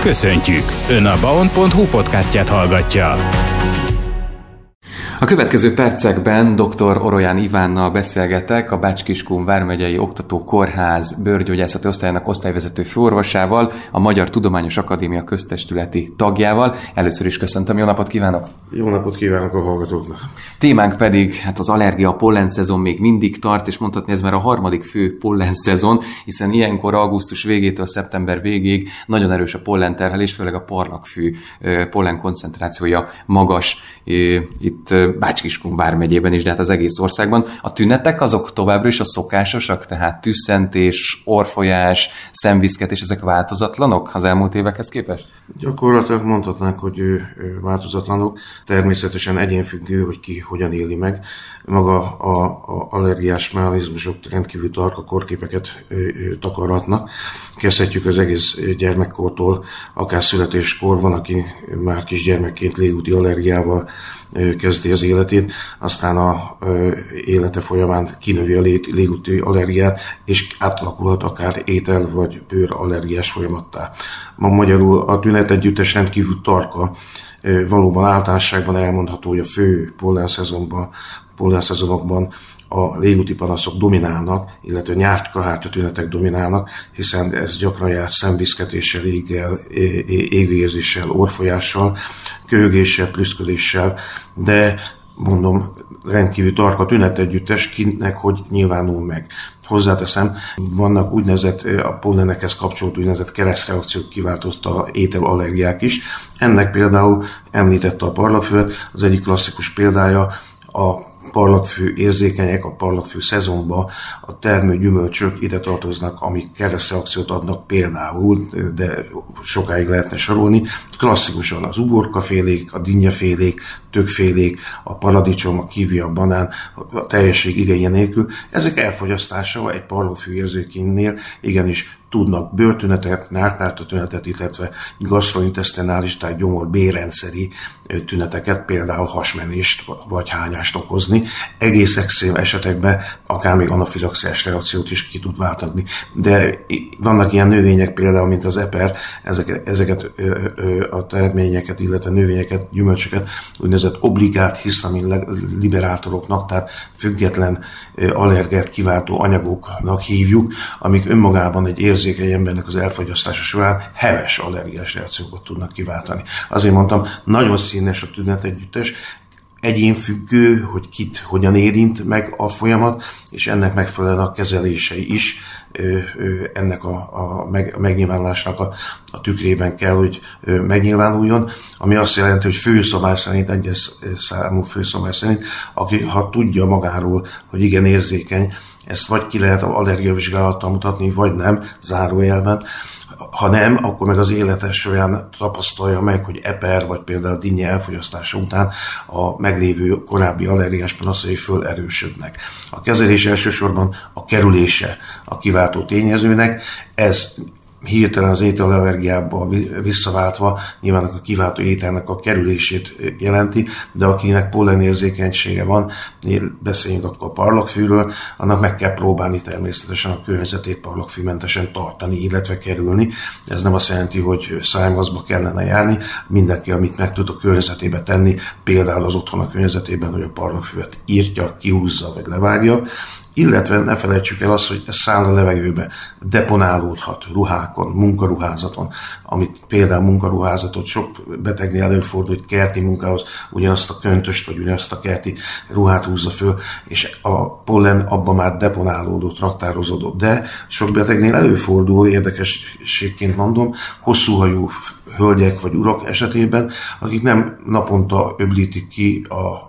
Köszöntjük! Ön a baon.hu podcastját hallgatja. A következő percekben dr. Oroyan Ivánnal beszélgetek, a Bács-Kiskun vármegyei Oktató Kórház bőrgyógyászati osztályának osztályvezető főorvosával, a Magyar Tudományos Akadémia köztestületi tagjával. Először is köszöntöm, jó napot kívánok! Jó napot kívánok a hallgatóknak! Témánk pedig az allergia, a pollenszezon még mindig tart, és mondhatni ez már a harmadik fő pollenszezon, hiszen ilyenkor augusztus végétől szeptember végéig nagyon erős a pollenterhelés, főleg a parlagfű pollen koncentrációja magas itt Bács-Kiskun vármegyében is, de hát az egész országban. A tünetek azok továbbra is a szokásosak, tehát tüsszentés, orrfolyás, szemviszketés, ezek változatlanok az elmúlt évekhez képest? Gyakorlatilag mondhatnánk, hogy változatlanok. Természetesen egyénfüggő, hogy ki hogyan éli meg. Maga a allergiás mechanizmusok rendkívül tarka korképeket takarhatnak. Kezdhetjük az egész gyermekkortól, akár születéskorban, aki már kisgyermekként légúti allergiával kezdi az életét, aztán a élete folyamán kinövi a légúti allergiát, és átalakulhat akár étel vagy bőr allergiás folyamattá. Ma magyarul a tünetegyüttes rendkívül tarka, valóban általánosságban elmondható, hogy a fő pollenszezonokban a légúti panaszok dominálnak, illetve nyárt-kahártya tünetek dominálnak, hiszen ez gyakran jár szemviszketéssel, égérzéssel, orrfolyással, köhögéssel, plüszködéssel, de mondom, rendkívül tarka tünetegyüttes, kinek hogy nyilvánul meg. Hozzáteszem, vannak úgynevezett a pollenekhez kapcsolódó úgynevezett keresztreakciók kiváltotta ételallergiák is. Ennek például említette a parlagfüvet, az egyik klasszikus példája a parlagfű érzékenyek, a parlagfű szezonban a termő gyümölcsök ide tartoznak, amik keresztreakciót adnak például, de sokáig lehetne sorolni. Klasszikusan az uborkafélék, a dinnyafélék, tökfélék, a paradicsom, a kiwi, a banán, a teljesség igénye nélkül. Ezek elfogyasztása egy parlagfű érzékenynél igenis tudnak bőrtünetet, nárkártyatünetet, illetve gastrointesztinális, tehát gyomor-bérrendszeri tüneteket, például hasmenést vagy hányást okozni. Egész extrém esetekben akár még anafilaxiás reakciót is ki tud váltani. De vannak ilyen növények például, mint az eper, ezeket a terményeket, illetve növényeket, gyümölcsöket úgynevezett obligát hisztamin liberátoroknak, tehát független allergát kiváltó anyagoknak hívjuk, amik önmagában egy érzékeny embernek az elfogyasztása során heves allergiás reakciókat tudnak kiváltani. Azért mondtam, nagyon színes a tünetegyüttes, egyénfüggő, hogy kit hogyan érint meg a folyamat, és ennek megfelelően a kezelései is ennek a megnyilvánulásnak a tükrében kell, hogy megnyilvánuljon, ami azt jelenti, hogy főszabály szerint, egyes számú főszabály szerint, aki ha tudja magáról, hogy igen érzékeny, ezt vagy ki lehet allergiavizsgálattal mutatni, vagy nem, zárójelben. Ha nem, akkor meg az élete során tapasztalja meg, hogy eper, vagy például dinnye elfogyasztása után a meglévő korábbi allergiás panaszai fölerősödnek. A kezelés elsősorban a kerülése a kiváltó tényezőnek, ez hirtelen az ételallergiába visszaváltva nyilván a kiváltó ételnek a kerülését jelenti, de akinek pollenérzékenysége van, beszéljünk akkor a parlagfűről, annak meg kell próbálni természetesen a környezetét parlagfűmentesen tartani, illetve kerülni. Ez nem azt jelenti, hogy szájmaszkba kellene járni, mindenki, amit meg tud a környezetébe tenni, például az otthon a környezetében, hogy a parlagfüvet írtja, kihúzza vagy levágja, illetve ne felejtsük el azt, hogy ez száll a levegőbe, deponálódhat ruhákon, munkaruházaton, amit például munkaruházatot sok betegnél előfordul, hogy kerti munkához ugyanazt a köntöst, vagy ugyanazt a kerti ruhát húzza föl, és a pollen abban már deponálódott, raktározódott. De sok betegnél előfordul, érdekességként mondom, hosszúhajú hölgyek vagy urak esetében, akik nem naponta öblítik ki a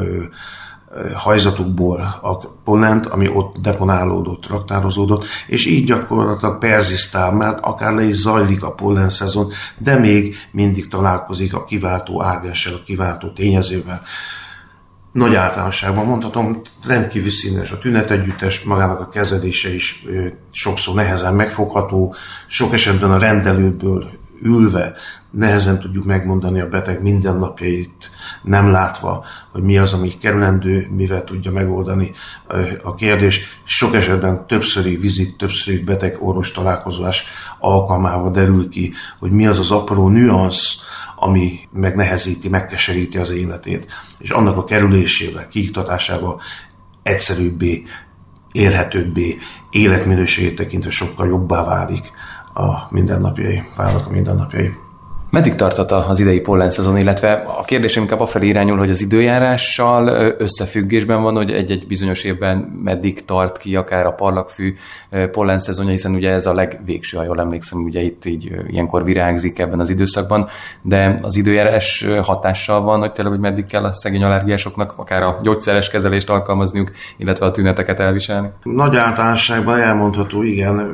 hajzatukból a pollent, ami ott deponálódott, raktározódott, és így gyakorlatilag perzisztál, mert akár le is zajlik a pollenszezon, de még mindig találkozik a kiváltó ágenssel, a kiváltó tényezővel. Nagy általánosságban mondhatom, rendkívül színes a tünetegyüttes, magának a kezelése is sokszor nehezen megfogható, sok esetben a rendelőből ülve nehezen tudjuk megmondani a beteg mindennapjait nem látva, hogy mi az, ami kerülendő, mivel tudja megoldani a kérdés. Sok esetben többszöri vizit, többszöri beteg-orvos találkozás alkalmával derül ki, hogy mi az az apró nüansz, ami megnehezíti, megkeseríti az életét, és annak a kerülésével, kiiktatásával egyszerűbbé, élhetőbbé, életminőségét tekintve sokkal jobbá válik a mindennapjai. Meddig tartott az idei pollenszezon, illetve a kérdésem inkább afelé irányul, hogy az időjárással összefüggésben van, hogy egy-egy bizonyos évben meddig tart ki akár a parlagfű pollenszezonja, hiszen ugye ez a legvégső, ha jól emlékszem, ugye itt így ilyenkor virágzik ebben az időszakban, de az időjárás hatással van, hogy tényleg, hogy meddig kell a szegény allergiásoknak akár a gyógyszeres kezelést alkalmazniuk, illetve a tüneteket elviselni? Nagy általánosságban elmondható, igen,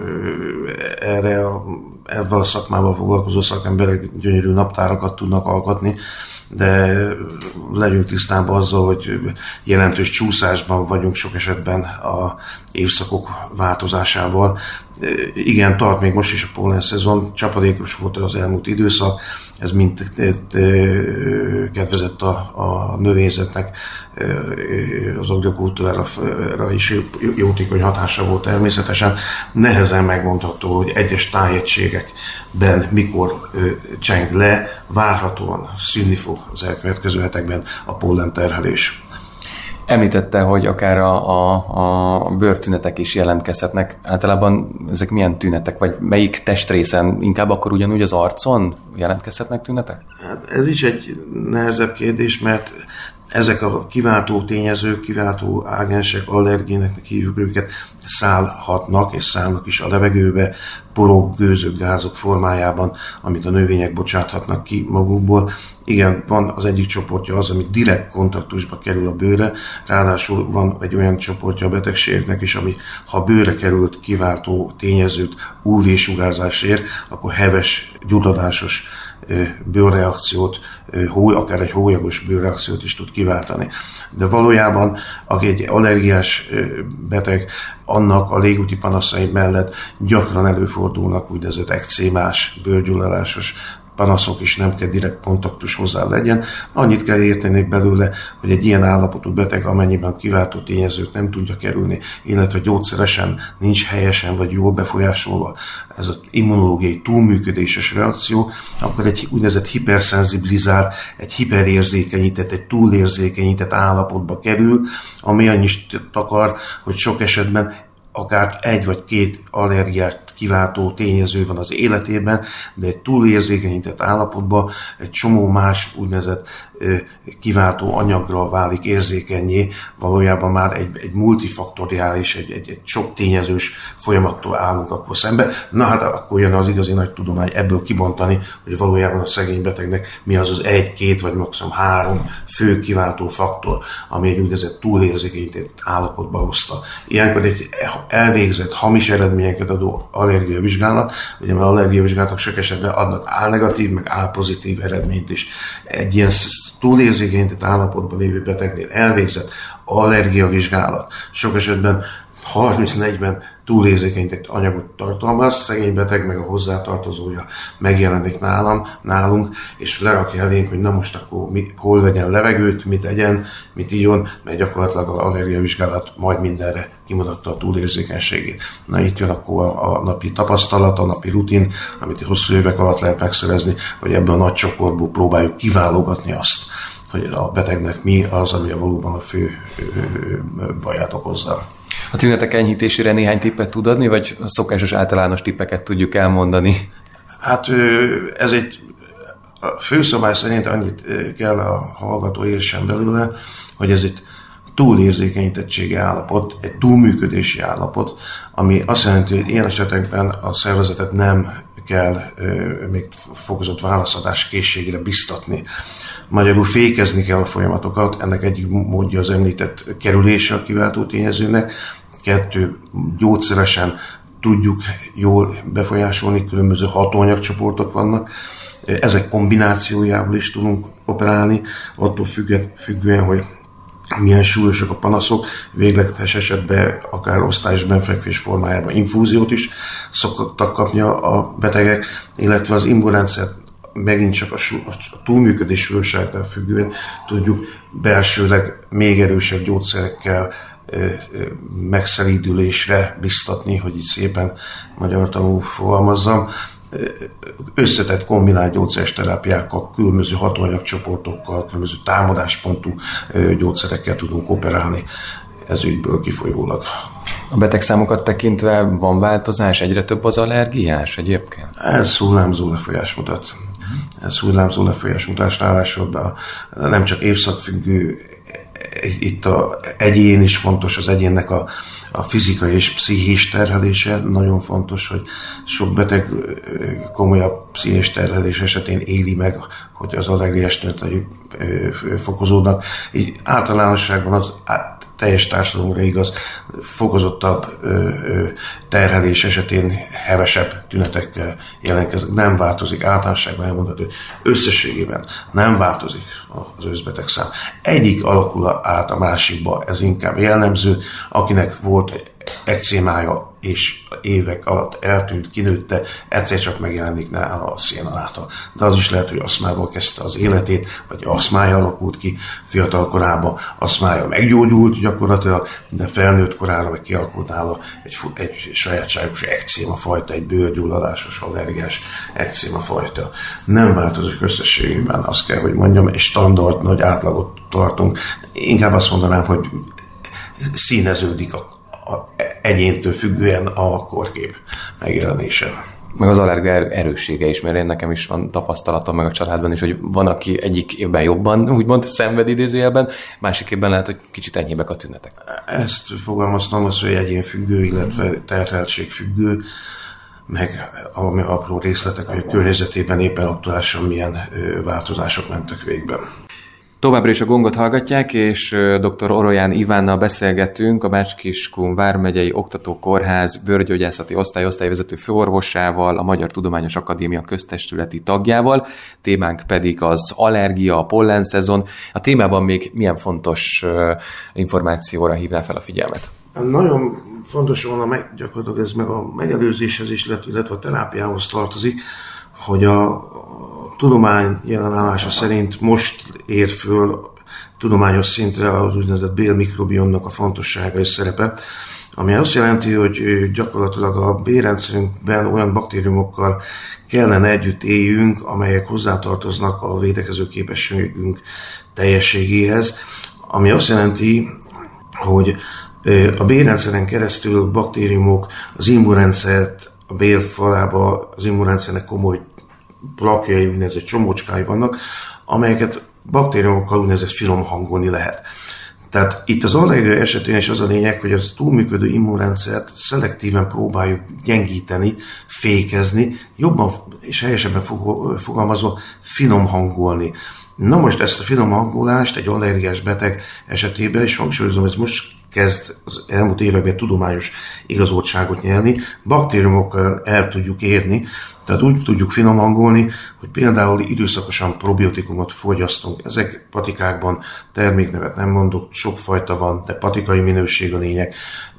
ezzel a szakmával foglalkozó szakemberek gyönyörű naptárakat tudnak alkotni, de legyünk tisztában azzal, hogy jelentős csúszásban vagyunk sok esetben a évszakok változásával. Igen, tart még most is a pollenszezon, csapadékos volt az elmúlt időszak, ez mind kedvezett a növényzetnek, az agrikultúrára is jótékony hatása volt természetesen. Nehezen megmondható, hogy egyes tájegységekben mikor cseng le, várhatóan szűnni fog az elkövetkező hetekben a pollenterhelés. Említette, hogy akár a bőrtünetek is jelentkezhetnek. Általában ezek milyen tünetek, vagy melyik testrészen? Inkább akkor ugyanúgy az arcon jelentkezhetnek tünetek? Hát ez is egy nehezebb kérdés, mert ezek a kiváltó tényezők, kiváltó ágensek, allergéneknek hívjuk őket, szállhatnak és szállnak is a levegőbe, porok, gőzök, gázok formájában, amit a növények bocsáthatnak ki magukból. Igen, van az egyik csoportja az, ami direkt kontaktusba kerül a bőrre, ráadásul van egy olyan csoportja a betegségeknek is, ami ha a bőrre került kiváltó tényezőt UV-sugárzás ér, akkor heves, gyulladásos bőrreakciót, akár egy hólyagos bőrreakciót is tud kiváltani. De valójában, aki egy allergiás beteg, annak a légúti panaszai mellett gyakran előfordulnak úgynevezett ekcémás, bőrgyulladásos panaszok is, nem kell direkt kontaktus hozzá legyen. Annyit kell érteni belőle, hogy egy ilyen állapotú beteg, amennyiben kiváltó tényezőt nem tudja kerülni, illetve gyógyszeresen nincs helyesen vagy jól befolyásolva ez az immunológiai túlműködéses reakció, akkor egy úgynevezett hiperszenzibilizált, egy hiperérzékenyített, egy túlérzékenyített állapotba kerül, ami annyit takar, hogy sok esetben akár egy vagy két allergiát kiváltó tényező van az életében, de egy túlérzékenyített állapotban egy csomó más úgynevezett kiváltó anyagra válik érzékennyé, valójában már egy multifaktoriális, egy sok tényezős folyamattól állunk akkor szembe. Na hát akkor jön az igazi nagy tudomány ebből kibontani, hogy valójában a szegény betegnek mi az az egy, két vagy maximum 3 fő kiváltó faktor, ami egy úgynevezett túlérzékenyített állapotba hozta. Ilyenkor egy elvégzett hamis eredményeket adó allergiavizsgálat, ugye mert allergiavizsgálatok sok esetben adnak álnegatív, meg álpozitív eredményt is. Egy ilyen túlérzékenyített állapotban lévő betegnél elvégzett allergiavizsgálat sok esetben 30-40 túlérzékenyített anyagot tartalmaz, szegény beteg meg a hozzátartozója megjelenik nálunk, és lerakja elénk, hogy na most akkor hol vegyen levegőt, mit egyen, mit írjon, mert gyakorlatilag az allergiavizsgálat majd mindenre kimutatta a túlérzékenységét. Na itt jön akkor a napi tapasztalat, a napi rutin, amit hosszú évek alatt lehet megszerezni, hogy ebből a nagy csoportból próbáljuk kiválogatni azt, hogy a betegnek mi az, ami valóban a fő baját okozza. A tünetek enyhítésére néhány tippet tud adni, vagy a szokásos általános tippeket tudjuk elmondani? Hát ez egy főszabály szerint annyit kell a hallgató értsen belőle, hogy ez egy túlérzékenyítettségi állapot, egy túlműködési állapot, ami azt jelenti, hogy ilyen esetekben a szervezetet nem kell még fokozott válaszadás készségre biztatni. Magyarul fékezni kell a folyamatokat, ennek egyik módja az említett kerülése a kiváltó tényezőnek, 2, gyógyszeresen tudjuk jól befolyásolni, különböző hatóanyagcsoportok vannak, ezek kombinációjából is tudunk operálni, attól függően, hogy milyen súlyosak a panaszok, végletes esetben akár osztályos benfekvés formájában infúziót is szoktak kapni a betegek, illetve az immunrendszer megint csak a túlműködés súlyosságtól függően tudjuk belsőleg még erősebb gyógyszerekkel megszelídülésre biztatni, hogy így szépen magyartanul fogalmazzam. Összetett kombinált gyógyszeres terápiákkal, különböző hatóanyagcsoportokkal, különböző támadáspontú gyógyszerekkel tudunk operálni ez ügyből kifolyólag. A betegszámokat tekintve van változás? Egyre több az allergiás egyébként? Ez hullámzó lefolyás mutat. Ráadásul nem csak évszakfüggő, itt az egyén is fontos, az egyénnek a fizikai és pszichés terhelése. Nagyon fontos, hogy sok beteg komolyabb pszichés terhelés esetén éli meg, hogy az allergiás tünetei fokozódnak. Így általánosságban az teljes társadalomra igaz, fokozottabb terhelés esetén hevesebb tünetekkel jelentkeznek. Nem változik, általánosságban elmondható, hogy összességében nem változik az őszbetegszám. Egyik alakul át a másikba, ez inkább jellemző, akinek volt ekcémája és évek alatt eltűnt, kinőtte, egyszer csak megjelenik nála a szénaláta. De az is lehet, hogy aszmával kezdte az életét, vagy aszmája alakult ki fiatal korában, aszmája meggyógyult gyakorlatilag, de felnőtt korára meg kialakult nála egy sajátságos ekcéma fajta, egy bőrgyulladásos, allergiás ekcéma fajta. Nem változik összességében, azt kell, hogy mondjam, egy standard nagy átlagot tartunk. Inkább azt mondanám, hogy színeződik a egyéntől függően a korkép megjelenése. Meg az allergia erőssége is, mert nekem is van tapasztalatom meg a családban is, hogy van, aki egyik évben jobban, úgymond szenved idézőjelben, másik évben lehet, hogy kicsit enyhébbek a tünetek. Ezt fogalmaztam, az, hogy egyénfüggő, illetve terheltségfüggő, meg apró részletek, hogy a környezetében éppen aktuálisan milyen változások mentek végbe. Továbbra is a Gongot hallgatják, és dr. Orolyán Ivánnal beszélgetünk, a Bács-Kiskun vármegyei Oktatókórház bőrgyógyászati osztályvezető főorvosával, a Magyar Tudományos Akadémia köztestületi tagjával. Témánk pedig az allergia, a pollenszezon. A témában még milyen fontos információra hívná fel a figyelmet? Nagyon fontos volna, gyakorlatilag ez meg a megelőzéshez is, illetve a terápiához tartozik, hogy a tudomány jelenállása szerint most ér föl tudományos szintre az úgynevezett bélmikrobiomnak a fontossága és szerepe, ami azt jelenti, hogy gyakorlatilag a bélrendszerünkben olyan baktériumokkal kellene együtt éljünk, amelyek hozzátartoznak a védekező képességünk teljességéhez, ami azt jelenti, hogy a bélrendszeren keresztül a baktériumok az immunrendszert, a bélfalába az immunrendszernek komoly plakjai, úgynevezett csomócskái vannak, amelyeket baktériumokkal úgynevezett finom hangolni lehet. Tehát itt az allergia esetén is az a lényeg, hogy az túlműködő immunrendszert szelektíven próbáljuk gyengíteni, fékezni, jobban és helyesebben fogalmazva finom hangolni. Na most ezt a finom hangolást egy allergiás beteg esetében, és hangsúlyozom, ez most kezd az elmúlt években tudományos igazoltságot nyerni, baktériumokkal el tudjuk érni, tehát úgy tudjuk finom hangolni, hogy például időszakosan probiotikumot fogyasztunk. Ezek patikákban, terméknevet nem mondok, sokfajta van, de patikai minőség a lényeg,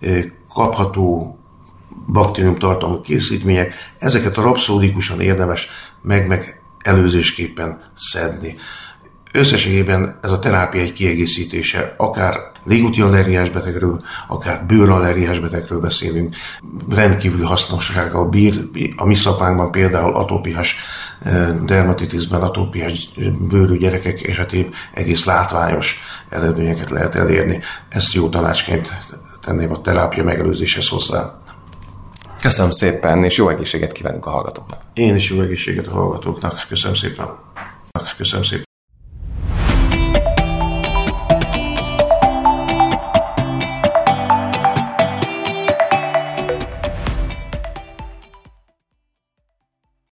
kapható baktériumtartalmú készítmények, ezeket a rapszódikusan érdemes meg előzésképpen szedni. Összességében ez a terápia egy kiegészítése, akár légúti allergiás betegről, akár bőrallergiás betegről beszélünk. Rendkívül hasznossággal bír, a mi szakmánkban például atópiás dermatitisben, atópiás bőrű gyerekek esetében egész látványos eredményeket lehet elérni. Ezt jó tanácsként tenném a terápia megelőzéshez hozzá. Köszönöm szépen, és jó egészséget kívánunk a hallgatóknak. Én is jó egészséget a hallgatóknak. Köszönöm szépen.